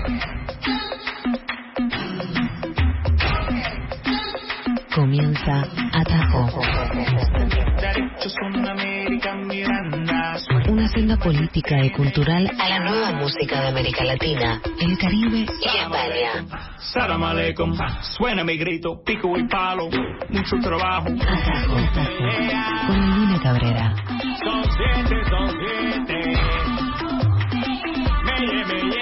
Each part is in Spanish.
Comienza Atajo. Una senda política y cultural a la nueva música de América Latina, el Caribe y España. Salam aleikum, suena mi grito, pico y palo, mucho trabajo. Atajo, con Albina Cabrera. Son siete. Meye.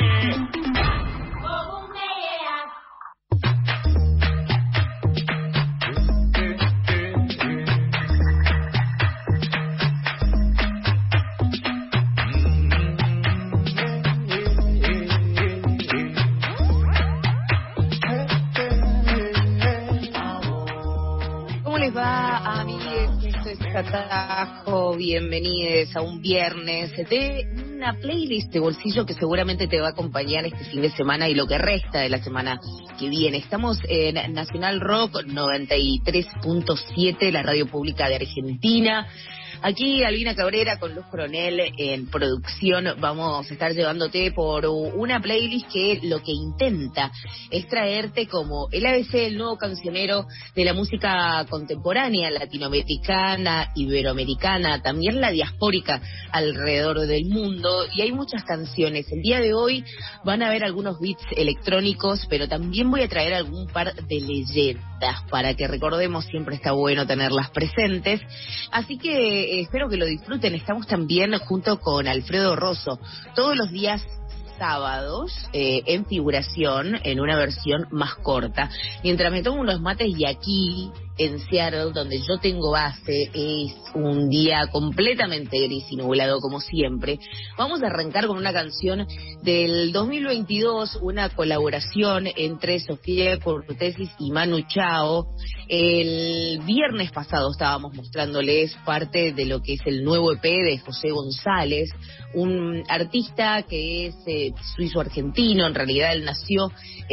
Atajo, bienvenidos a un viernes de una playlist de bolsillo que seguramente te va a acompañar este fin de semana y lo que resta de la semana que viene. Estamos en Nacional Rock 93.7, la radio pública de Argentina. Aquí Albina Cabrera con Luz Coronel en producción. Vamos a estar llevándote por una playlist que lo que intenta es traerte como el ABC, el nuevo cancionero de la música contemporánea, latinoamericana, iberoamericana, también la diaspórica alrededor del mundo. Y hay muchas canciones. El día de hoy van a haber algunos beats electrónicos, pero también voy a traer algún par de leyendas para que recordemos, siempre está bueno tenerlas presentes. Así que espero que lo disfruten. Estamos también junto con Alfredo Rosso todos los días sábados en figuración, en una versión más corta. Mientras me tomo unos mates y aquí en Seattle, donde yo tengo base, es un día completamente gris y nublado como siempre. Vamos a arrancar con una canción del 2022, una colaboración entre Sofía Cortesis y Manu Chao. El viernes pasado estábamos mostrándoles parte de lo que es el nuevo EP de José González, un artista que es suizo-argentino. En realidad él nació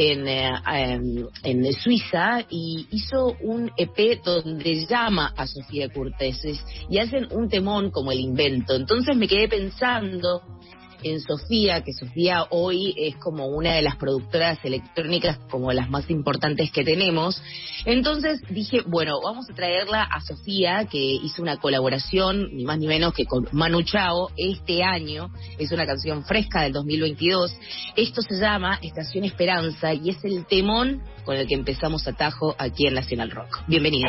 en Suiza y hizo un EP donde llama a Sofía Cortesis y hacen un temón como El Invento. Entonces me quedé pensando en Sofía, que Sofía hoy es como una de las productoras electrónicas como las más importantes que tenemos. Entonces dije, bueno, vamos a traerla a Sofía, que hizo una colaboración, ni más ni menos que con Manu Chao, este año. Es una canción fresca del 2022. Esto se llama Estación Esperanza y es el temón con el que empezamos Atajo aquí en Nacional Rock. Bienvenidos.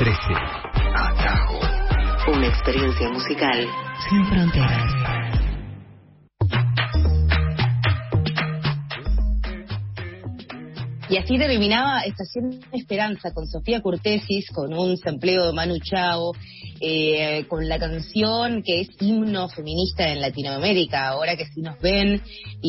13. Atajo. Una experiencia musical sin fronteras. Y así terminaba Estación Esperanza con Sofía Curtesis, con un sampleo de Manu Chao, con la canción que es himno feminista en Latinoamérica. Ahora que si nos ven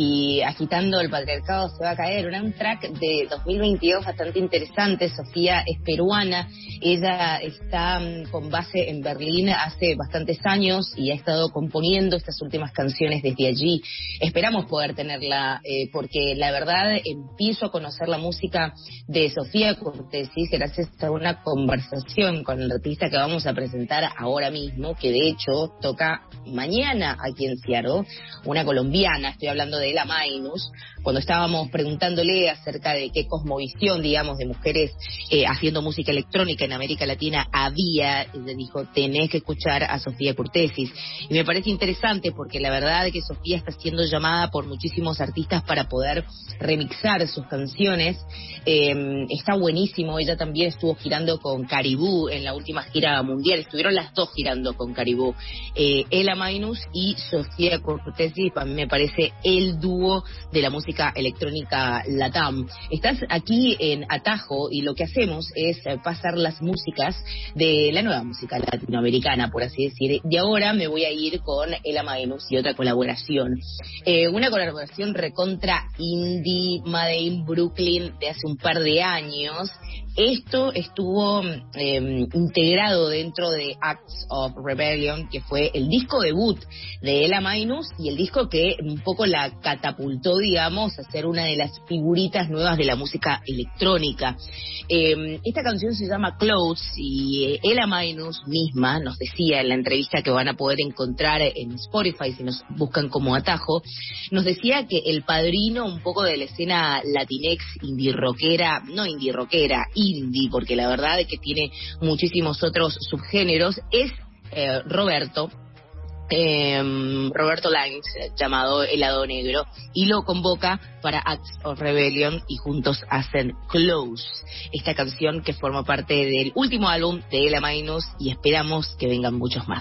y agitando el patriarcado se va a caer. Un track de 2022 bastante interesante. Sofía es peruana, ella está con base en Berlín hace bastantes años y ha estado componiendo estas últimas canciones desde allí. Esperamos poder tenerla, porque la verdad empiezo a conocer la música de Sofía Curtesis gracias a una conversación con el artista que vamos a presentar ahora mismo, que de hecho toca mañana aquí en Seattle, una colombiana. Estoy hablando de Ela Maynus. Cuando estábamos preguntándole acerca de qué cosmovisión, digamos, de mujeres haciendo música electrónica en América Latina había, ella dijo, tenés que escuchar a Sofía Curtesis. Y me parece interesante porque la verdad es que Sofía está siendo llamada por muchísimos artistas para poder remixar sus canciones. Está buenísimo. Ella también estuvo girando con Caribú en la última gira mundial. Estuvieron las dos girando con Caribú, Ela Maynus y Sofía Curtesis. A mí me parece el dúo de la música electrónica Latam. Estás aquí en Atajo y lo que hacemos es pasar las músicas de la nueva música latinoamericana, por así decir. De ahora me voy a ir con Ela Maynus y otra colaboración. Una colaboración recontra indie, Made in Brooklyn, de hace un par de años. Esto estuvo integrado dentro de Acts of Rebellion, que fue el disco debut de Ela Maynus y el disco que un poco la catapultó, digamos, a ser una de las figuritas nuevas de la música electrónica. Esta canción se llama Clothes y Ela Maynus misma nos decía en la entrevista que van a poder encontrar en Spotify si nos buscan como Atajo, nos decía que el padrino un poco de la escena latinex indie rockera, no indie rockera, indie, porque la verdad es que tiene muchísimos otros subgéneros, es Roberto Lange, llamado Helado Negro, y lo convoca para Acts of Rebellion y juntos hacen Close, esta canción que forma parte del último álbum de Ela Maynus y esperamos que vengan muchos más.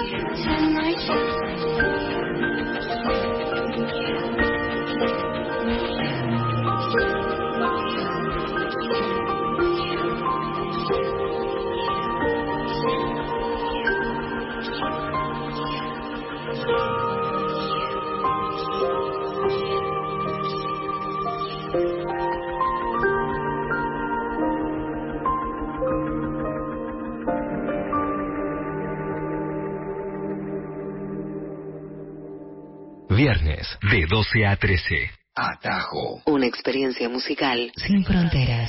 Viernes de 12 a 13. Atajo. Una experiencia musical sin fronteras.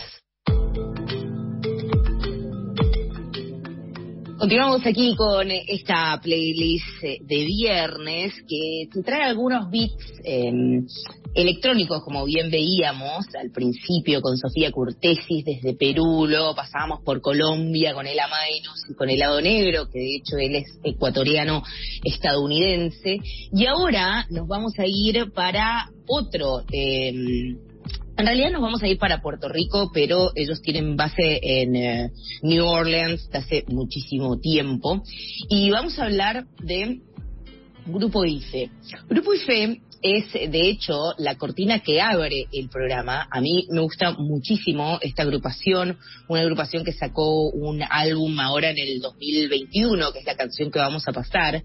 Continuamos aquí con esta playlist de viernes que te trae algunos beats electrónicos, como bien veíamos al principio con Sofía Curtesis desde Perú, luego pasábamos por Colombia con Ela Mainus y con Helado Negro, que de hecho él es ecuatoriano-estadounidense, y ahora nos vamos a ir para otro... En realidad nos vamos a ir para Puerto Rico, pero ellos tienen base en New Orleans de hace muchísimo tiempo. Y vamos a hablar de Grupo IFE. Grupo IFE es, de hecho, la cortina que abre el programa. A mí me gusta muchísimo esta agrupación, una agrupación que sacó un álbum ahora en el 2021, que es la canción que vamos a pasar,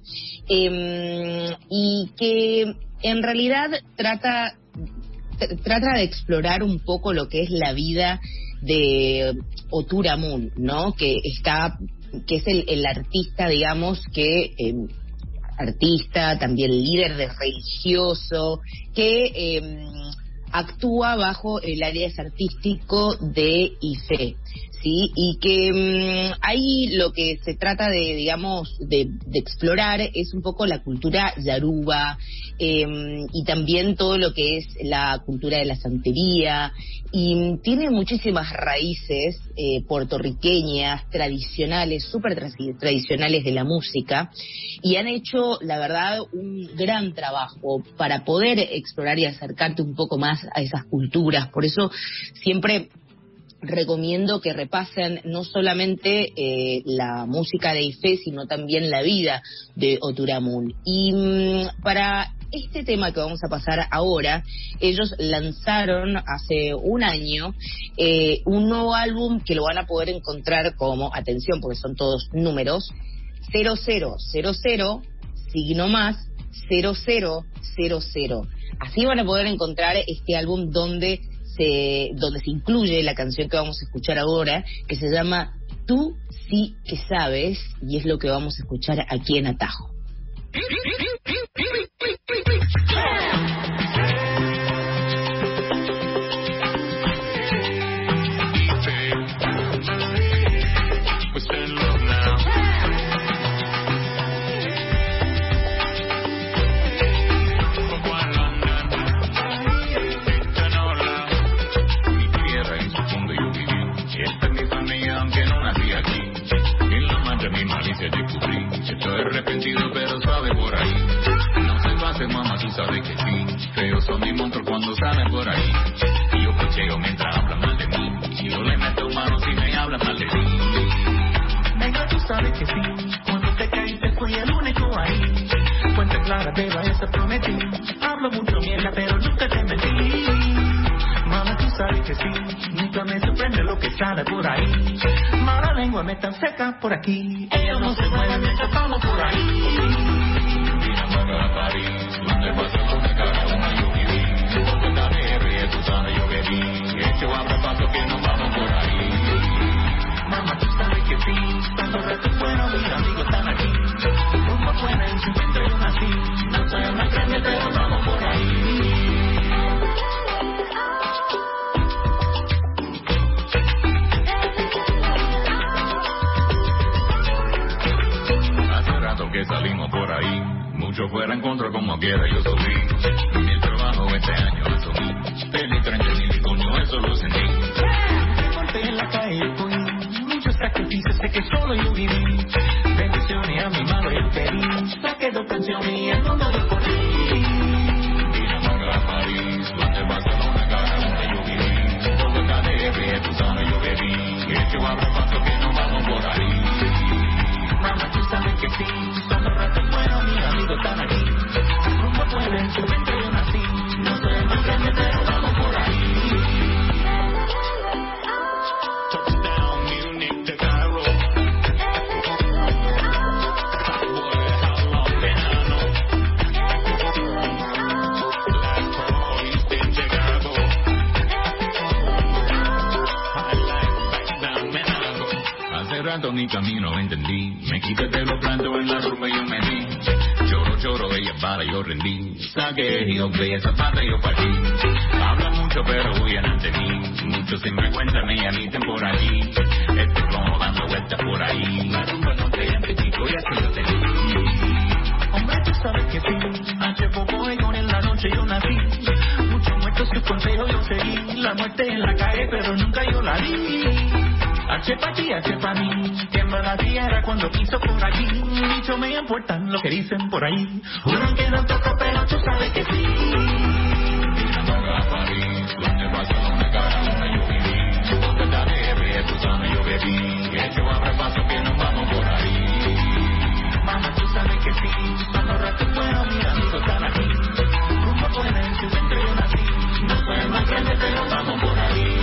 y que en realidad trata de explorar un poco lo que es la vida de Oturamun, ¿no? Que es el artista, digamos, que artista, también líder de religioso, que actúa bajo el área artístico de IFE, ¿sí? Y que ahí lo que se trata de, digamos, de explorar es un poco la cultura yaruba, y también todo lo que es la cultura de la santería, y tiene muchísimas raíces puertorriqueñas, tradicionales, súper tradicionales de la música, y han hecho, la verdad, un gran trabajo para poder explorar y acercarte un poco más a esas culturas. Por eso siempre recomiendo que repasen no solamente la música de IFE, sino también la vida de Oturamun. Y para este tema que vamos a pasar ahora, ellos lanzaron hace un año un nuevo álbum que lo van a poder encontrar como, atención porque son todos números, 0000 signo más 0000. Así van a poder encontrar este álbum donde se incluye la canción que vamos a escuchar ahora, que se llama Tú sí que sabes, y es lo que vamos a escuchar aquí en Atajo. Estoy arrepentido pero suave por ahí. No se pase mamá, tú sabes que sí. Feos son mis monstruos cuando salen por ahí. Y yo cocheo mientras hablan mal de mí. Y yo le meto mano si me hablan mal de mí. Venga, tú sabes que sí. Cuando te caíste fui el único ahí. Fuente clara te vayas a prometer. Hablo mucho mierda pero nunca te mentí. Mamá, tú sabes que sí. Nunca me sorprende lo que sale por ahí. Mala lengua me tan seca por aquí. Ellos no se mueven mientras estamos por ahí. Mira para París, donde pasa una cara, una yo viví. Porque en la BR, tú sabes yo bebí. Hecho abre paso que nos vamos por ahí. Mamá, tú sabes que sí. Tanto reto bueno, mis amigos están aquí. Como pueden, si me entrego así. No soy una grande, pero vamos por ahí. Que salimos por ahí, muchos fuera en contra como quiera yo subí. Mi trabajo este año asumí, peli 30,000 y coño eso lo sentí. Me golpeé en la calle fui, muchos sacrificios sé que solo yo viví. Bendiciones a mi madre el pedí, saqué dos pensiones y el mundo lo corrí. Mira manga a París, donde Barcelona cara donde yo viví. Todo KDR, tú sabes yo bebí, hecho abre paso que nos vamos por ahí. Mamá, tú sabes que sí, cuando todo mi camino lo entendí. Me quité de los plantos en la rumba y yo me di. Lloro, ella para, yo rendí. Saqué y doblé esa pata y yo partí. Habla mucho pero huyen ante mí. Muchos sinvergüenza me admiten por allí. Este plomo dando vueltas por ahí. La rumba no te chico y así yo te di. Hombre, tú sabes que sí. Hace poco hoy en la noche yo nací. Muchos muertos sus consejos yo seguí. La muerte en la calle pero nunca yo la vi. H pa' ti, H pa' mí. Quien me la diera cuando quiso por aquí. Dicho me importan lo que dicen por ahí. Juran que no toco pero tú sabes que sí. Mirando a París, donde pasa una cara, una yo viví. Donde está de tú sabes yo bebí. Hecho abre paso que nos vamos por ahí. Mamá, tú sabes que sí. Cuando rato bueno mirando están aquí. Rumbo pueden si dentro yo nací. No soy el más grande pero vamos por ahí.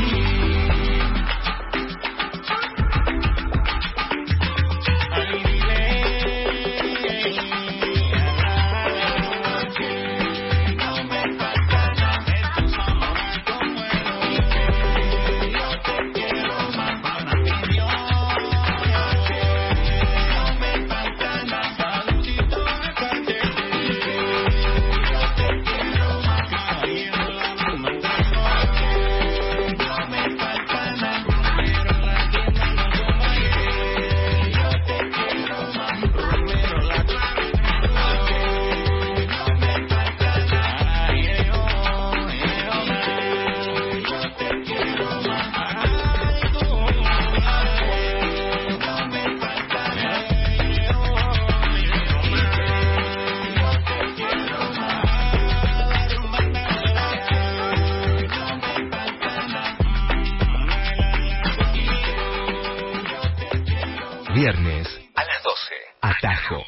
Viernes a las 12. Atajo.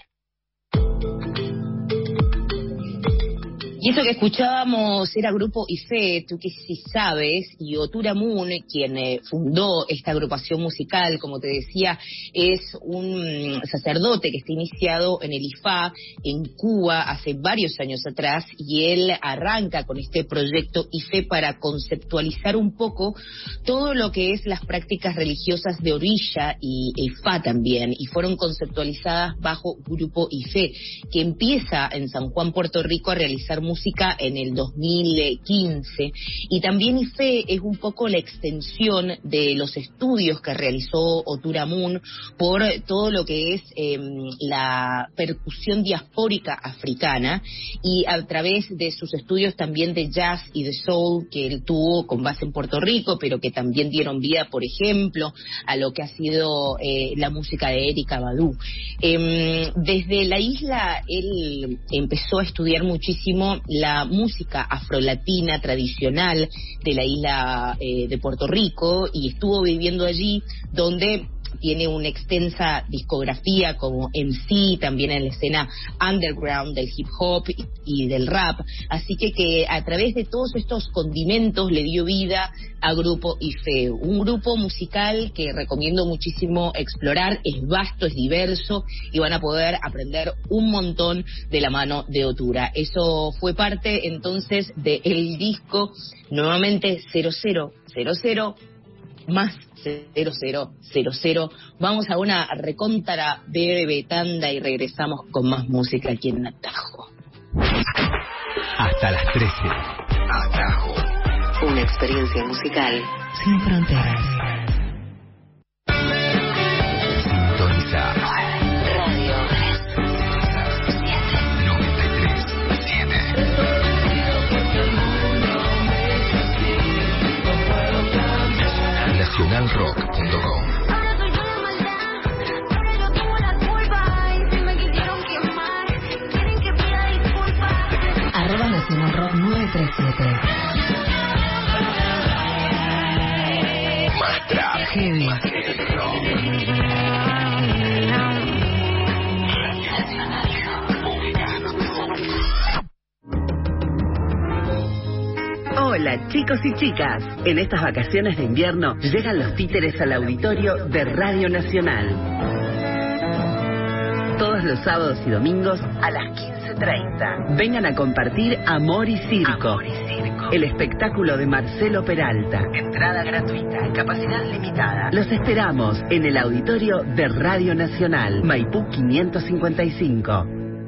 Y eso que escuchábamos era Grupo IFE, tú que sí sabes, y Otura Moon, quien fundó esta agrupación musical, como te decía, es un sacerdote que está iniciado en el IFA, en Cuba, hace varios años atrás, y él arranca con este proyecto IFE para conceptualizar un poco todo lo que es las prácticas religiosas de orilla y IFA también, y fueron conceptualizadas bajo Grupo IFE, que empieza en San Juan, Puerto Rico, a realizar música en el 2015, y también IFE es un poco la extensión de los estudios que realizó Otura Moon por todo lo que es la percusión diaspórica africana, y a través de sus estudios también de jazz y de soul que él tuvo con base en Puerto Rico, pero que también dieron vida, por ejemplo, a lo que ha sido la música de Erykah Badu. Desde la isla él empezó a estudiar muchísimo la música afrolatina tradicional de la isla de Puerto Rico, y estuvo viviendo allí, donde tiene una extensa discografía como MC, también en la escena underground del hip hop y del rap, así que a través de todos estos condimentos le dio vida a Grupo IFE, un grupo musical que recomiendo muchísimo explorar, es vasto, es diverso, y van a poder aprender un montón de la mano de Otura. Eso fue parte entonces del disco, nuevamente 0000 más 0000. Vamos a una recontra breve tanda y regresamos con más música aquí en Atajo. Hasta las 13. Atajo. Una experiencia musical sin fronteras. Sintoniza Radio 93.7. Nacionalrock.com. @nacionalrock 937. Más trap. Heavy. Hola chicos y chicas, en estas vacaciones de invierno llegan los títeres al auditorio de Radio Nacional. Todas todos los sábados y domingos a las 15:30. Vengan a compartir Amor y Circo. El espectáculo de Marcelo Peralta. Entrada gratuita, capacidad limitada. Los esperamos en el auditorio de Radio Nacional, Maipú 555.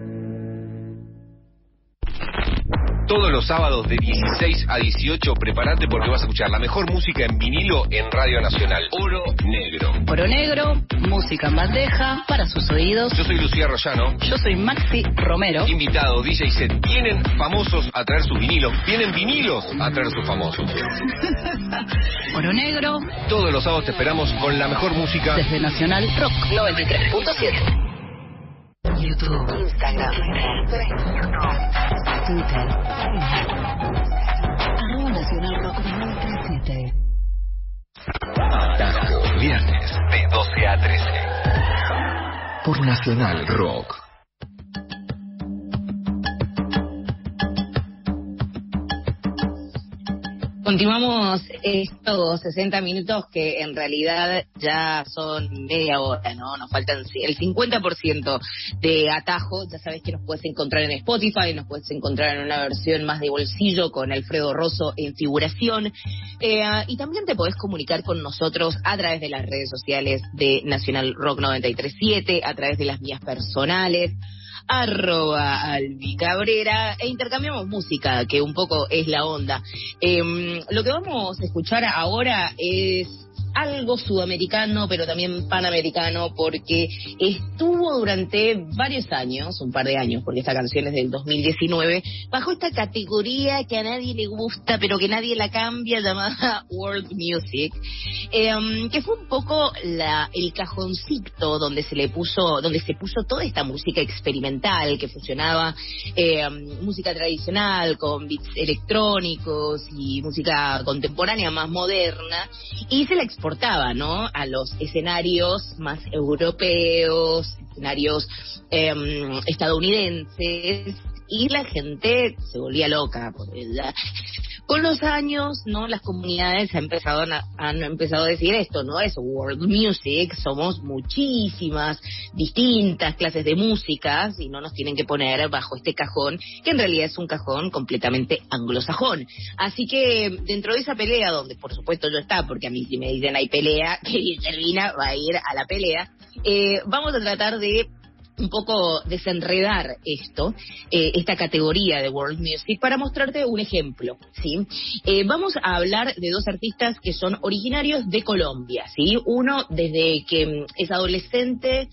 Todos los sábados de 16 a 18, prepárate porque vas a escuchar la mejor música en vinilo en Radio Nacional. Oro Negro. Oro Negro, música en bandeja para sus oídos. Yo soy Lucía Rollano. Yo soy Maxi Romero. Invitado, DJ set. Vienen famosos a traer sus vinilos. Vienen vinilos a traer sus famosos. Oro Negro. Todos los sábados te esperamos con la mejor música. Desde Nacional Rock 93.7. YouTube, Instagram, Twitter, @Nacional Rock 937. Atajo, viernes de 12 a 13. Por Nacional Rock. Continuamos estos 60 minutos que en realidad ya son media hora, ¿no? Nos faltan el 50% de atajo. Ya sabes que nos puedes encontrar en Spotify, nos puedes encontrar en una versión más de bolsillo con Alfredo Rosso en figuración. Y también te podés comunicar con nosotros a través de las redes sociales de Nacional Rock 937, a través de las mías personales, @Albicabrera, e intercambiamos música, que un poco es la onda. Lo que vamos a escuchar ahora es algo sudamericano, pero también panamericano, porque estuvo durante varios años, un par de años, porque esta canción es del 2019, bajo esta categoría que a nadie le gusta, pero que nadie la cambia, llamada World Music, que fue un poco el cajoncito donde se puso toda esta música experimental que fusionaba música tradicional con beats electrónicos y música contemporánea más moderna, y se la exportaba, ¿no?, a los escenarios más europeos, escenarios estadounidenses, y la gente se volvía loca por ella. Con los años, ¿no?, las comunidades han empezado a decir esto, no es world music, somos muchísimas distintas clases de músicas y no nos tienen que poner bajo este cajón, que en realidad es un cajón completamente anglosajón. Así que dentro de esa pelea, donde por supuesto yo está, porque a mí si me dicen hay pelea, que Guillermina va a ir a la pelea, vamos a tratar de un poco desenredar esta categoría de World Music para mostrarte un ejemplo, ¿sí? Vamos a hablar de dos artistas que son originarios de Colombia, ¿sí? Uno, desde que es adolescente,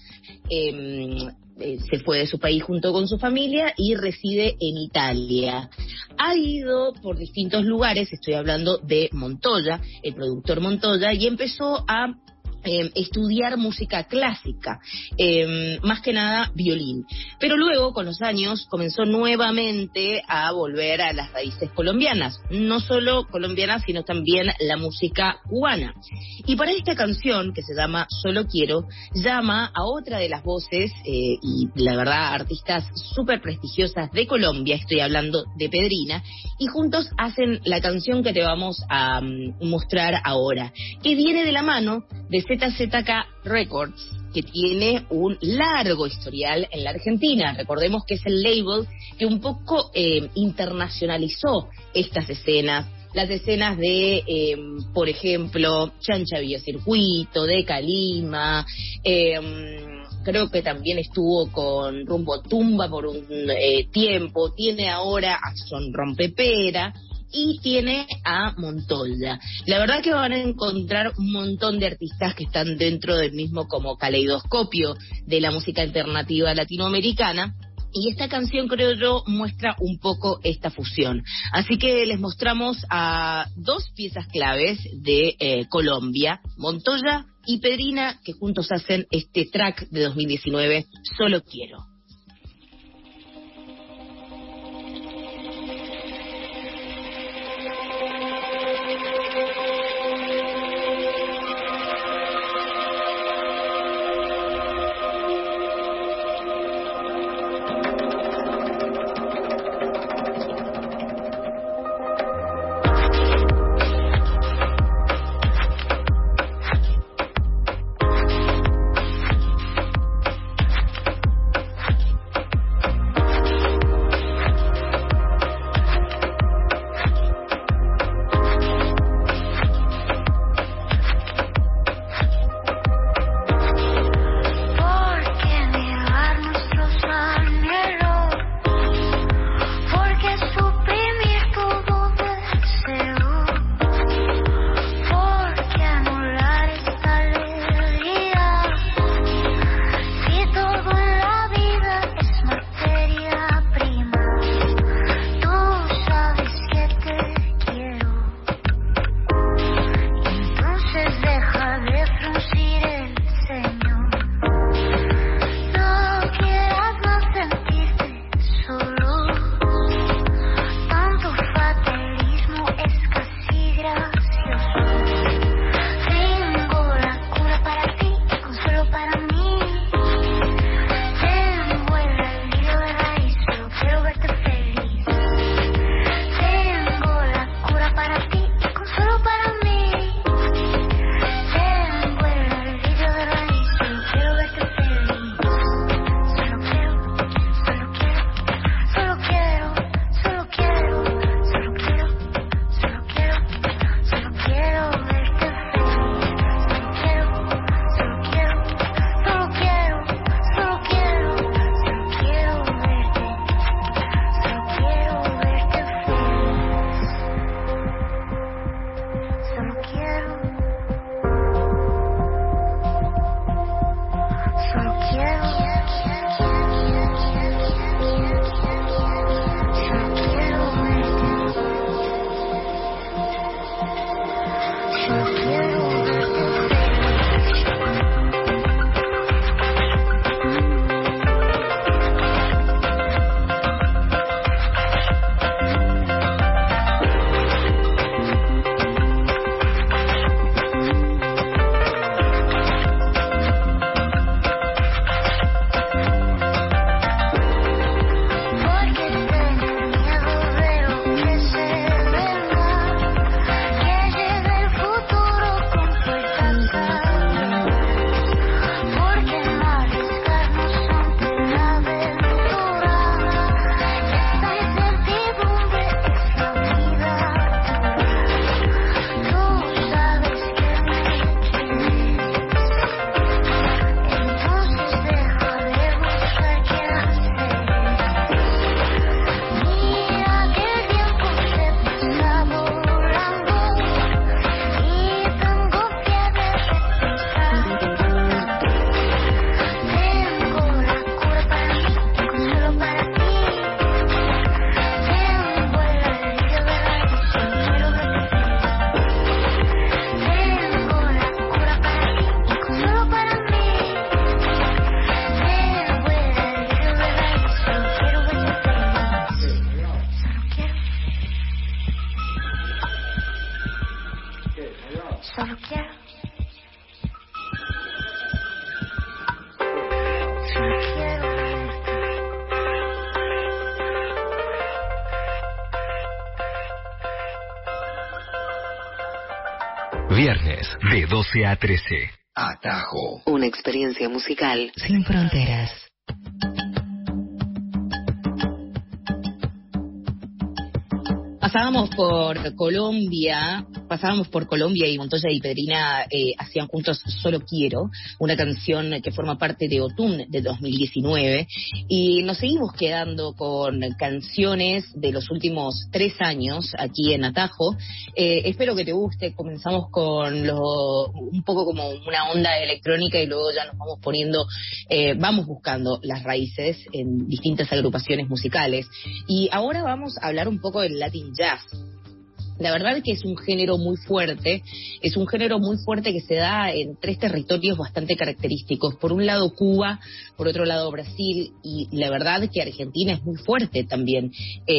se fue de su país junto con su familia y reside en Italia. Ha ido por distintos lugares, estoy hablando de Montoya, el productor Montoya, y empezó a estudiar música clásica, más que nada violín, pero luego con los años comenzó nuevamente a volver a las raíces colombianas, no solo colombianas sino también la música cubana, y para esta canción que se llama Solo Quiero, llama a otra de las voces y la verdad artistas súper prestigiosas de Colombia, estoy hablando de Pedrina, y juntos hacen la canción que te vamos a mostrar ahora, que viene de la mano de ZZK Records, que tiene un largo historial en la Argentina. Recordemos que es el label que un poco internacionalizó estas escenas, las escenas de, por ejemplo, Chancha Videocircuito, de Calima, creo que también estuvo con Rumbo Tumba por un tiempo, tiene ahora a Son Rompepera, y tiene a Montoya. La verdad que van a encontrar un montón de artistas que están dentro del mismo como caleidoscopio de la música alternativa latinoamericana, y esta canción, creo yo, muestra un poco esta fusión. Así que les mostramos a dos piezas claves de Colombia, Montoya y Pedrina, que juntos hacen este track de 2019, Solo Quiero. Viernes de 12 a 13. Atajo. Una experiencia musical sin fronteras. Pasábamos por Colombia y Montoya y Pedrina hacían juntos Solo Quiero, una canción que forma parte de Otún de 2019, y nos seguimos quedando con canciones de los últimos 3 años aquí en Atajo. Espero que te guste. Comenzamos con un poco como una onda electrónica y luego ya nos vamos poniendo, vamos buscando las raíces en distintas agrupaciones musicales. Y ahora vamos a hablar un poco del Latin Jazz. La verdad es que es un género muy fuerte que se da en 3 territorios bastante característicos. Por un lado Cuba, por otro lado Brasil, y la verdad es que Argentina es muy fuerte también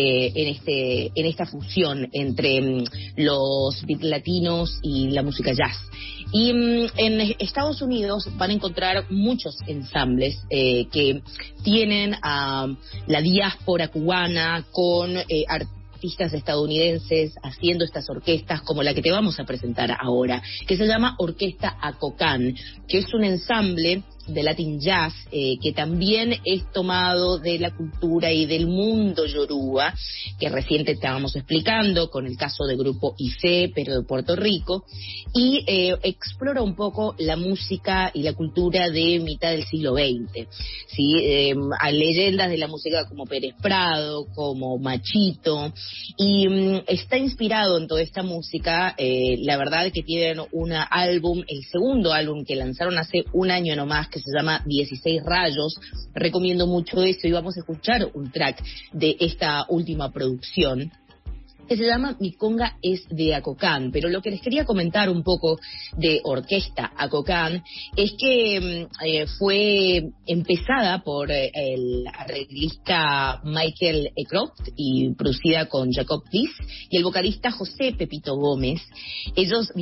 en esta fusión entre los beat latinos y la música jazz. Y en Estados Unidos van a encontrar muchos ensambles que tienen a la diáspora cubana con artistas estadounidenses haciendo estas orquestas como la que te vamos a presentar ahora, que se llama Orquesta Acocán, que es un ensamble de Latin Jazz que también es tomado de la cultura y del mundo yoruba, que recién te estábamos explicando con el caso del grupo ICE, pero de Puerto Rico, y explora un poco la música y la cultura de mitad del siglo XX, ¿sí? Hay leyendas de la música como Pérez Prado, como Machito, y está inspirado en toda esta música. La verdad que tienen un álbum, el segundo álbum que lanzaron hace un año nomás, que se llama 16 Rayos. Recomiendo mucho eso y vamos a escuchar un track de esta última producción, que se llama Mi Conga es de Acocán. Pero lo que les quería comentar un poco de Orquesta Acocán es que fue empezada por el arreglista Michael Croft y producida con Jacob Bliss y el vocalista José Pepito Gómez. Ellos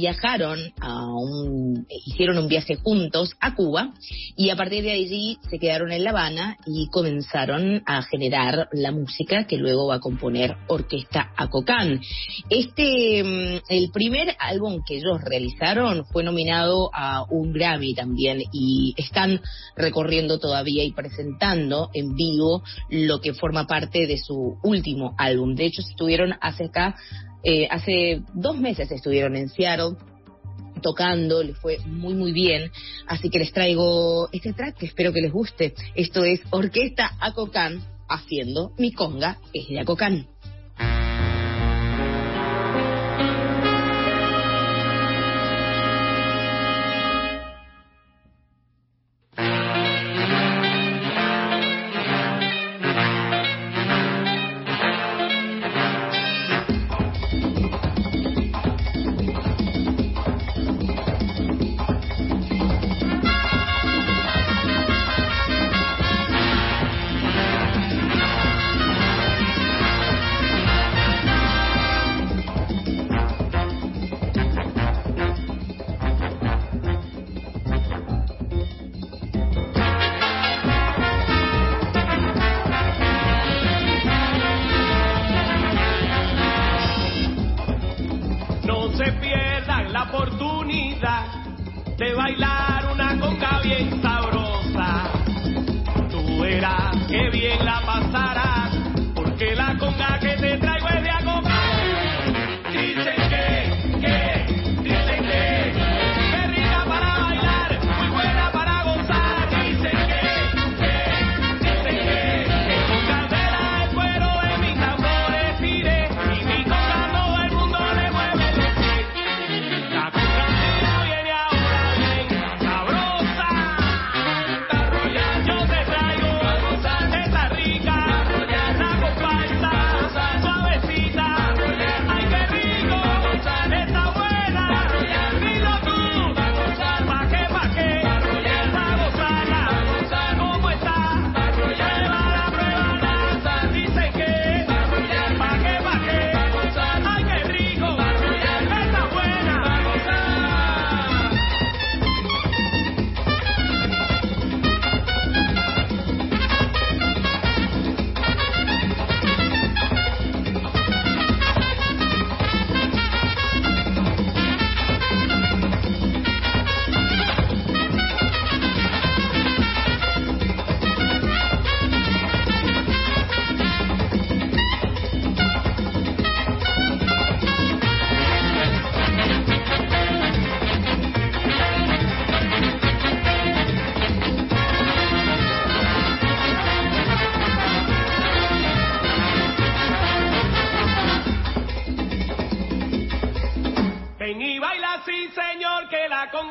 hicieron un viaje juntos a Cuba y a partir de allí se quedaron en La Habana y comenzaron a generar la música que luego va a componer Orquesta Acocán. El primer álbum que ellos realizaron fue nominado a un Grammy también, y están recorriendo todavía y presentando en vivo lo que forma parte de su último álbum. De hecho, estuvieron hace 2 meses estuvieron en Seattle tocando, les fue muy muy bien, así que les traigo este track que espero que les guste. Esto es Orquesta Acocán haciendo Mi Conga es de Acocán. Rica.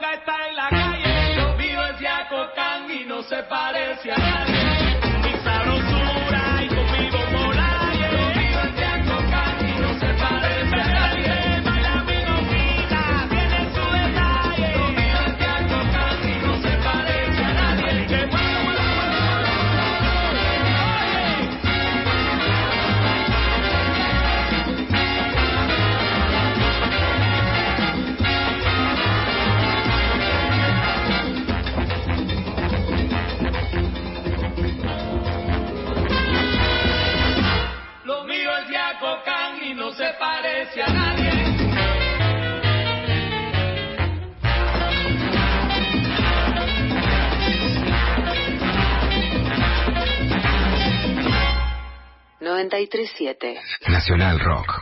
Cuba está en la calle, lo mío es Yacocán y no se parece a nadie. Mi sabrosura y conmigo por la calle, lo mío es Yacocán y no se parece a nadie. Baila mi boquita, tiene su detalle, lo mío es Yacocán y no se parece a nadie. Que y no se parece a nadie. Nacional Rock.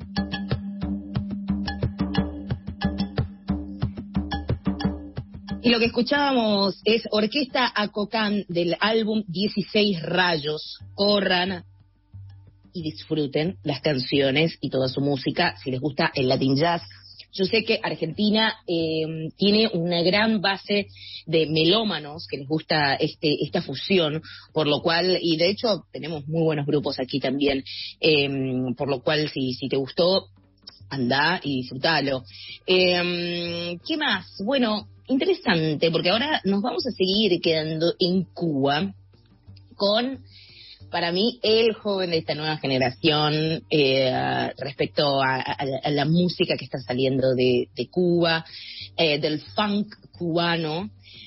Y lo que escuchábamos es Orquesta Acocán del álbum 16 Rayos. Corran y disfruten las canciones y toda su música, si les gusta el Latin Jazz. Yo sé que Argentina tiene una gran base de melómanos que les gusta esta fusión, por lo cual, y de hecho tenemos muy buenos grupos aquí también, por lo cual si te gustó, andá y disfrutalo. ¿Qué más? Bueno, interesante, porque ahora nos vamos a seguir quedando en Cuba con, para mí, el joven de esta nueva generación respecto a la música que está saliendo de Cuba, del funk cubano.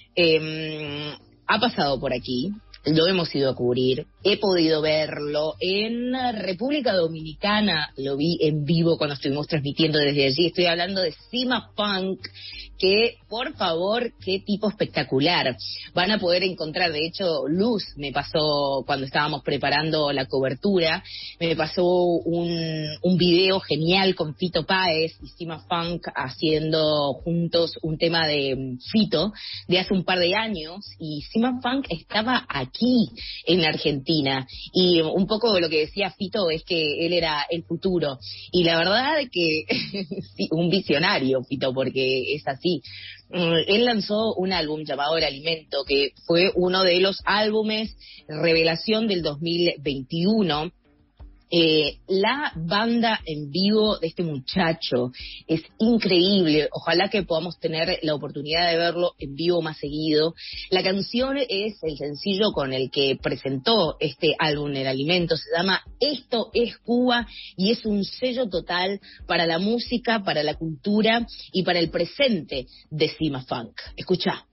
Ha pasado por aquí, lo hemos ido a cubrir, he podido verlo en República Dominicana, lo vi en vivo cuando estuvimos transmitiendo desde allí. Estoy hablando de Cima Funk, que, por favor, qué tipo espectacular. Van a poder encontrar, de hecho, Luz me pasó, cuando estábamos preparando la cobertura, me pasó un video genial con Fito Páez y Cima Funk haciendo juntos un tema de Fito de hace un par de años, y Cima Funk estaba aquí en Argentina, y un poco lo que decía Fito es que él era el futuro, y la verdad que sí, un visionario Fito, porque es así. Él lanzó un álbum llamado El Alimento, que fue uno de los álbumes revelación del 2021. La banda en vivo de este muchacho es increíble. Ojalá que podamos tener la oportunidad de verlo en vivo más seguido. La canción es el sencillo con el que presentó este álbum El Alimento. Se llama Esto es Cuba, y es un sello total para la música, para la cultura y para el presente de Cima Funk. Escuchá.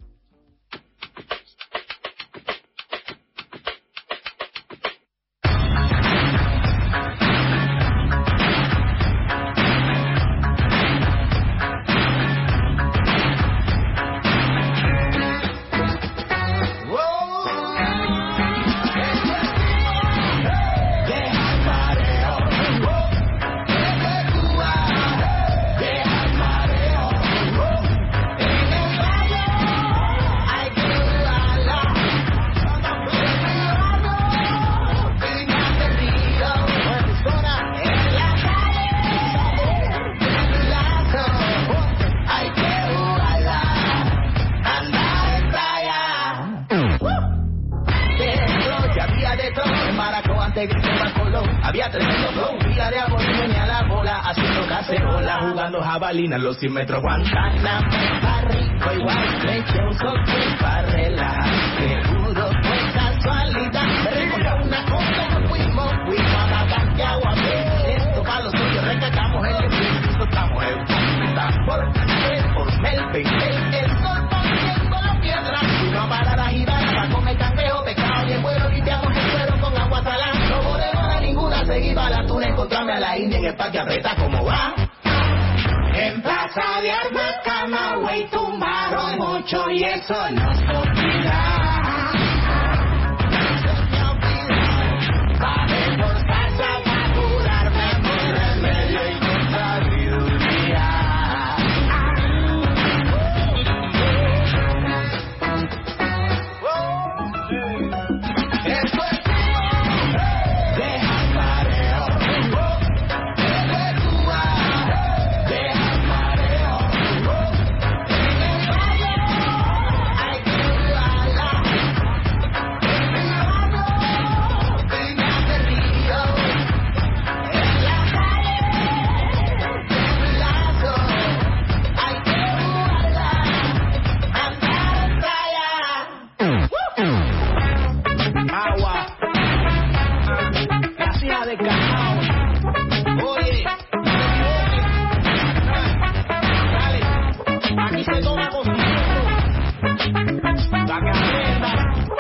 Los 100 metros Guantánamo, pa' rico igual, le eché un soque pa' relajar. Que pudo fue casualidad, me recordó una cosa, nos fuimos a matar que agua. Esto pa' los suyos, recacamos el edificio, estamos en punta, por Melvin, el sol poniendo la piedra. Fuimos a parar a girar, para comer cangrejo, pescado bien bueno, limpiamos el suelo con agua salada. No bodega ninguna, seguí para la tuna, encontrarme a la India en el parque aprieta, ¿cómo va? En Plaza de Armas, Camagüey tumbaron mucho y eso no se olvida. Para esforzarse a curarme por remedio y con sabiduría. Esto es deja el mareo. Desde Cuba. está descarado. Oye, no te equivoques. Dale, aquí se toma concierto. Pa' que aprendas.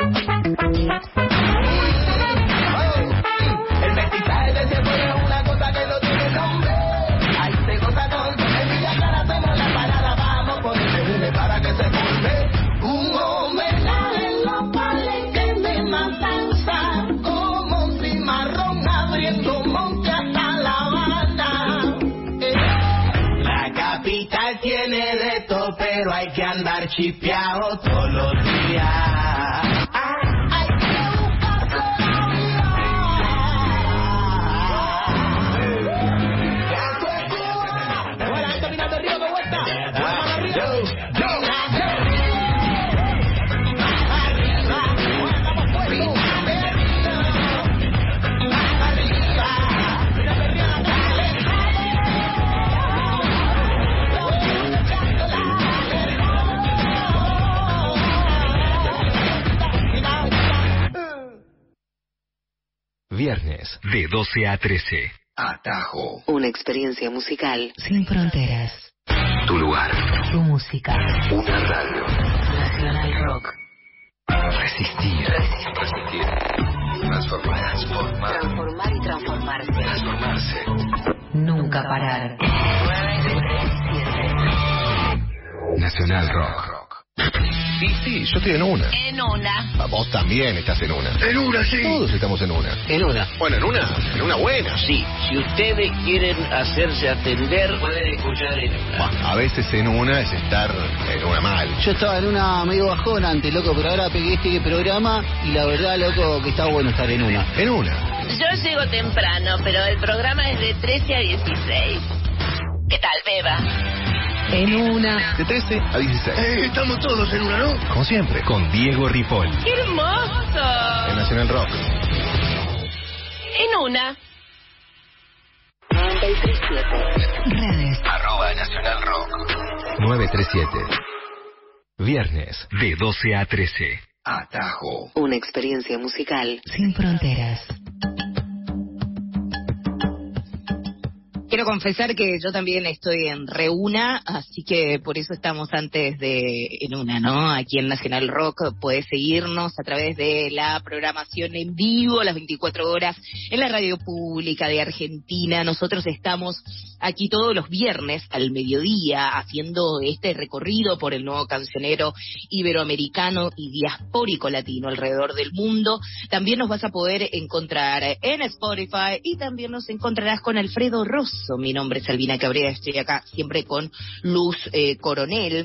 El mestizaje de ese pueblo es una cosa que no tiene nombre. Ahí se goza con en Villa Clara hacemos la parada. Vamos por el une para que se forme un homenaje en los palenques de Matanza, como un cimarrón abriendo monte hasta La Habana. La capital tiene de todo, pero hay que andar chipeado todos los días. Viernes de 12 a 13. Atajo. Una experiencia musical sin fronteras. Tu lugar. Tu música. Una radio. Nacional Rock. Resistir. Resistir. Transformar. Transformar y transformarse. Transformarse. Nunca parar. 937. Nacional Rock. Sí, yo estoy en una. En una. Vos también estás en una. En una, sí. Todos estamos en una. En una. Bueno, en una buena. Sí, si ustedes quieren hacerse atender, pueden escuchar en una. Bueno, a veces en una es estar en una mal. Yo estaba en una medio bajón antes, loco, pero ahora pegué este programa y la verdad, loco, que está bueno estar en una. En una. Yo llego temprano, pero el programa es de 13 a 16. ¿Qué tal, Beba? En una. De 13 a 16. Estamos todos en una, ¿no? Como siempre, con Diego Ripoll. ¡Qué hermoso! En Nacional Rock. En una. 937. Redes. @Nacional Rock. 937. Viernes de 12 a 13. Atajo. Una experiencia musical sin fronteras. Quiero confesar que yo también estoy en Reúna, así que por eso estamos antes de En Una, ¿no? Aquí en Nacional Rock podés seguirnos a través de la programación en vivo, las 24 horas, en la radio pública de Argentina. Nosotros estamos aquí todos los viernes al mediodía haciendo este recorrido por el nuevo cancionero iberoamericano y diaspórico latino alrededor del mundo. También nos vas a poder encontrar en Spotify y también nos encontrarás con Alfredo Rosso. Mi nombre es Albina Cabrera, estoy acá siempre con Luz Coronel.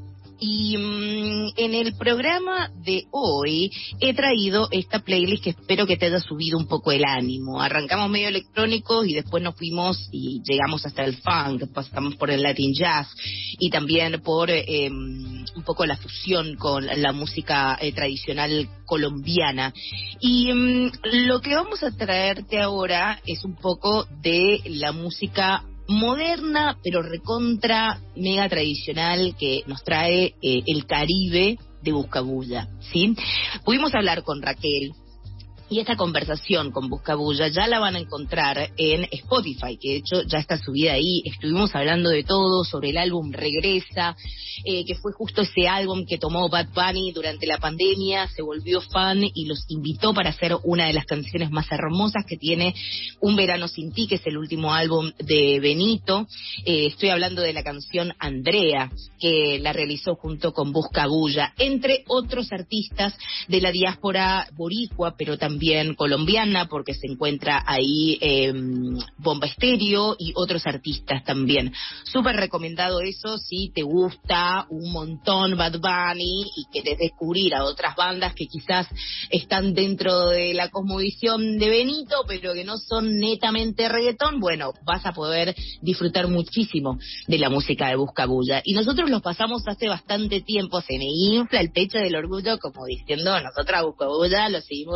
Y en el programa de hoy he traído esta playlist que espero que te haya subido un poco el ánimo. Arrancamos medio electrónicos y después nos fuimos y llegamos hasta el funk, pasamos por el Latin Jazz y también por un poco la fusión con la música tradicional colombiana. Y lo que vamos a traerte ahora es un poco de la música moderna, pero recontra mega tradicional que nos trae el Caribe de Buscabulla, ¿sí? Pudimos hablar con Raquel y esta conversación con Buscabulla ya la van a encontrar en Spotify, que de hecho ya está subida ahí. Estuvimos hablando de todo, sobre el álbum Regresa, que fue justo ese álbum que tomó Bad Bunny durante la pandemia, se volvió fan y los invitó para hacer una de las canciones más hermosas que tiene Un Verano Sin Ti, que es el último álbum de Benito. Estoy hablando de la canción Andrea, que la realizó junto con Buscabulla, entre otros artistas de la diáspora boricua, pero también colombiana, porque se encuentra ahí Bomba Estéreo y otros artistas también. Súper recomendado eso si te gusta un montón Bad Bunny y querés descubrir a otras bandas que quizás están dentro de la cosmovisión de Benito, pero que no son netamente reggaetón. Bueno, vas a poder disfrutar muchísimo de la música de Buscabulla. Y nosotros los pasamos hace bastante tiempo, se me infla el pecho del orgullo, como diciendo, nosotros a Buscabulla lo seguimos desde ese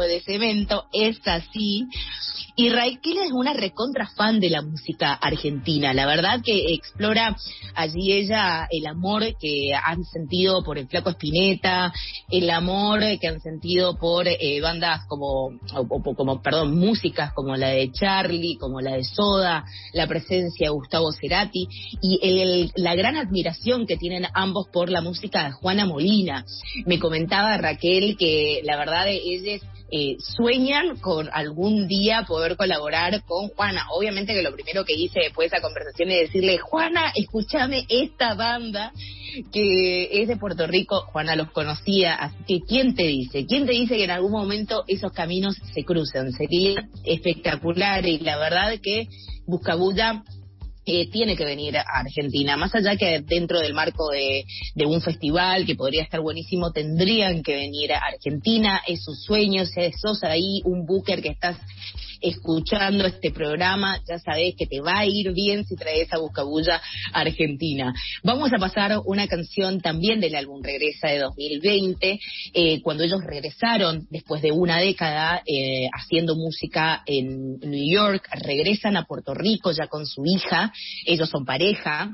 momento, es así. Y Raquel es una recontra fan de la música argentina. La verdad que explora allí ella el amor que han sentido por el Flaco Spinetta, el amor que han sentido por bandas músicas como la de Charly, como la de Soda, la presencia de Gustavo Cerati y la gran admiración que tienen ambos por la música de Juana Molina. Me comentaba Raquel que la verdad ellos sueñan con algún día poder colaborar con Juana. Obviamente que lo primero que hice después de esa conversación es decirle: Juana, escúchame esta banda que es de Puerto Rico. Juana los conocía, así que ¿quién te dice que en algún momento esos caminos se cruzan? Sería espectacular, y la verdad que Buscabulla tiene que venir a Argentina, más allá que dentro del marco de un festival que podría estar buenísimo, tendrían que venir a Argentina. Es su sueño. Si sos ahí un booker que estás escuchando este programa, ya sabés que te va a ir bien si traes a Buscabulla a Argentina. Vamos a pasar una canción también del álbum Regresa de 2020, cuando ellos regresaron después de una década haciendo música en New York, regresan a Puerto Rico ya con su hija. Ellos son pareja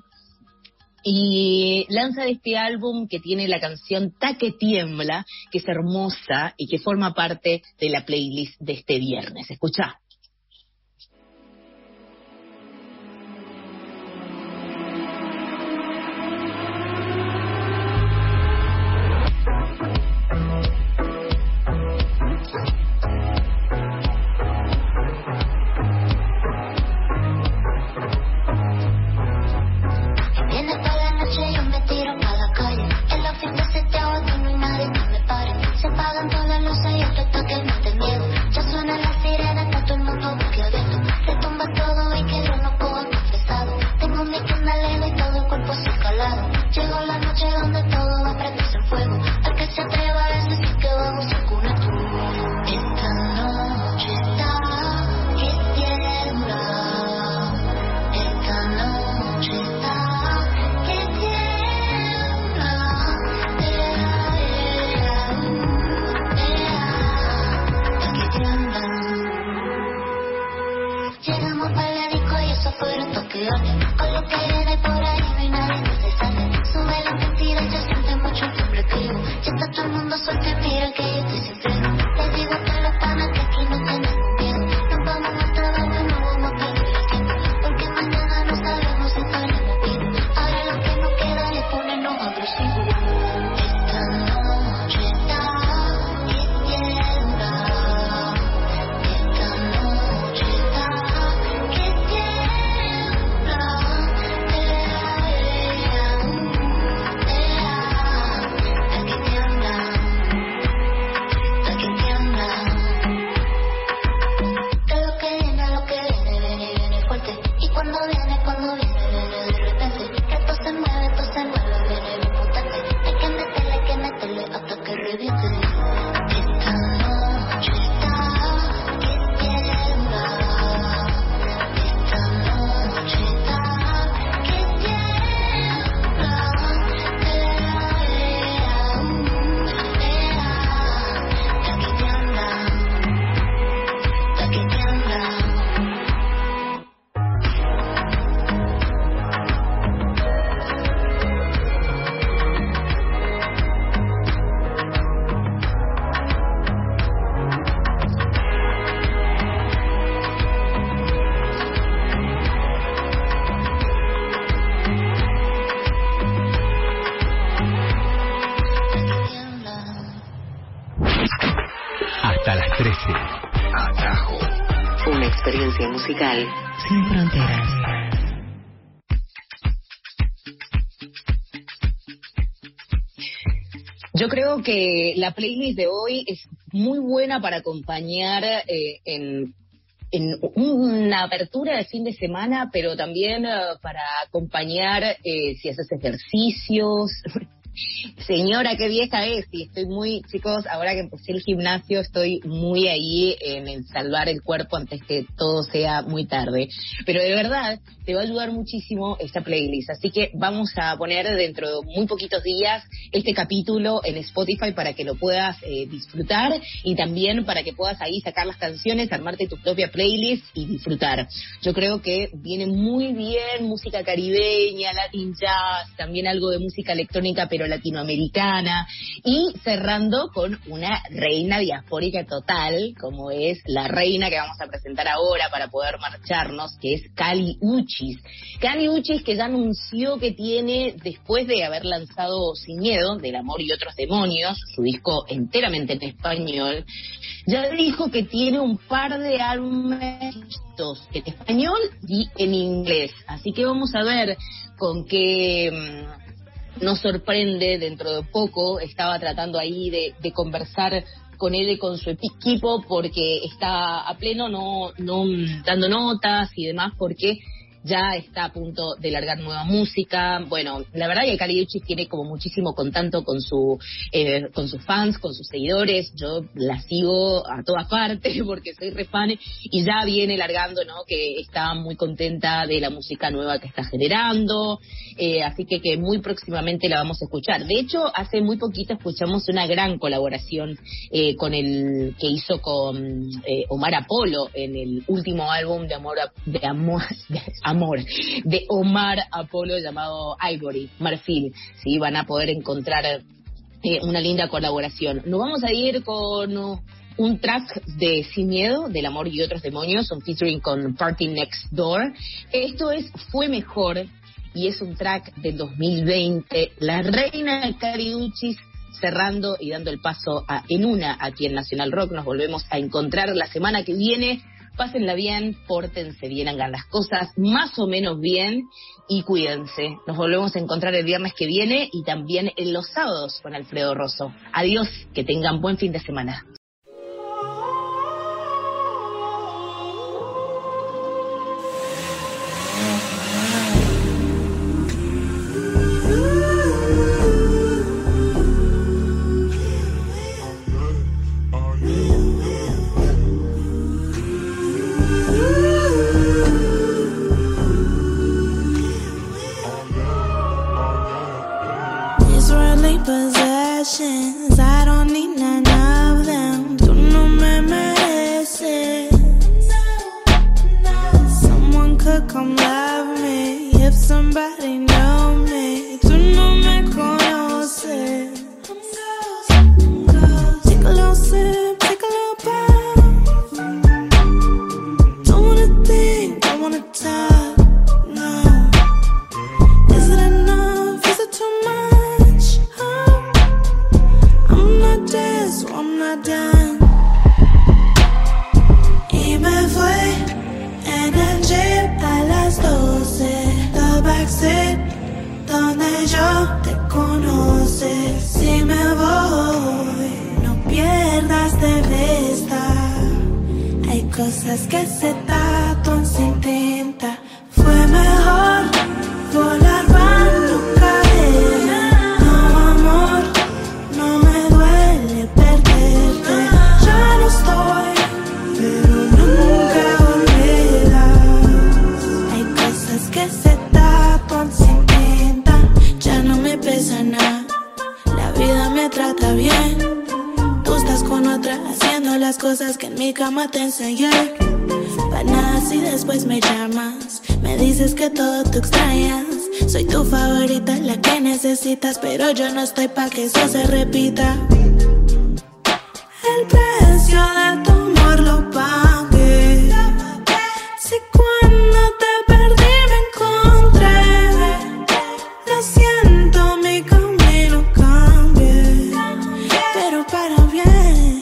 y lanza este álbum que tiene la canción Ta que tiembla, que es hermosa y que forma parte de la playlist de este viernes. Escuchá. Musical sin fronteras. Yo creo que la playlist de hoy es muy buena para acompañar en una apertura de fin de semana, pero también para acompañar si haces ejercicios. Señora, qué vieja es. Y estoy muy, chicos, ahora que empecé el gimnasio, estoy muy ahí en el salvar el cuerpo antes que todo sea muy tarde. Pero de verdad, te va a ayudar muchísimo esta playlist. Así que vamos a poner dentro de muy poquitos días este capítulo en Spotify para que lo puedas disfrutar y también para que puedas ahí sacar las canciones, armarte tu propia playlist y disfrutar. Yo creo que viene muy bien música caribeña, Latin jazz, también algo de música electrónica pero latinoamericana, y cerrando con una reina diaspórica total, como es la reina que vamos a presentar ahora para poder marcharnos, que es Kali Uchis. Kali Uchis, que ya anunció que tiene, después de haber lanzado Sin Miedo, del Amor y Otros Demonios, su disco enteramente en español, ya dijo que tiene un par de álbumes en español y en inglés. Así que vamos a ver con qué nos sorprende dentro de poco. Estaba tratando ahí de conversar con él y con su equipo porque está a pleno no dando notas y demás, porque ya está a punto de largar nueva música. Bueno, la verdad que Kali Uchis tiene como muchísimo contacto con sus fans, con sus seguidores. Yo la sigo a todas partes porque soy re fan y ya viene largando, ¿no? Que está muy contenta de la música nueva que está generando. Así que muy próximamente la vamos a escuchar. De hecho, hace muy poquito escuchamos una gran colaboración con el que hizo con Omar Apollo en el último álbum de Omar Apollo llamado Ivory, Marfil. Sí, van a poder encontrar una linda colaboración. Nos vamos a ir con un track de Sin Miedo, del Amor y Otros Demonios, un featuring con Party Next Door. Esto es Fue Mejor y es un track del 2020. La reina Kali Uchis cerrando y dando el paso en una aquí en Nacional Rock. Nos volvemos a encontrar la semana que viene. Pásenla bien, pórtense bien, hagan las cosas más o menos bien y cuídense. Nos volvemos a encontrar el viernes que viene y también en los sábados con Alfredo Rosso. Adiós, que tengan buen fin de semana. Possessions, I don't need none of them. Tú no me mereces. Someone could come love me if somebody know me. Tú no me conoces. Take a little sip, take a little puff. Don't wanna think, don't wanna talk. No. Is it enough? Is it too much? So I'm not done. Y me fue en el jeep a las 12, the backseat donde yo te conoces. Si me voy, no pierdas de vista. Hay cosas que se tatúan sin tinta. Fue mejor volar cuando caer. No, amor, no me duele perderte. Ya no estoy, pero nunca olvidas. Hay cosas que se tatúan sin tinta. Ya no me pesa nada, la vida me trata bien. Tú estás con otra haciendo las cosas que en mi cama te enseñé. Pa' nada si después me llamas, me dices que todo tú extrañas. Soy tu favorita, la que necesitas, pero yo no estoy pa' que eso se repita. El precio de tu amor lo pagué. Si cuando te perdí me encontré. Lo siento, mi camino cambié, pero para bien.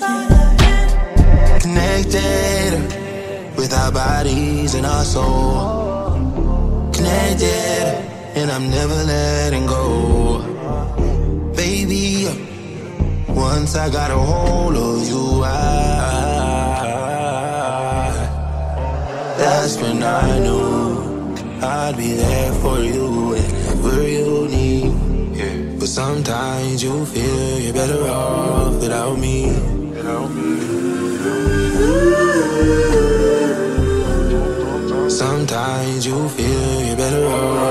Connected with our bodies and our soul. Connected, and I'm never letting go. Baby, once I got a hold of you, that's when I knew I'd be there for you whenever you need. Yeah. But sometimes you feel you're better off without me. Sometimes you feel you're better off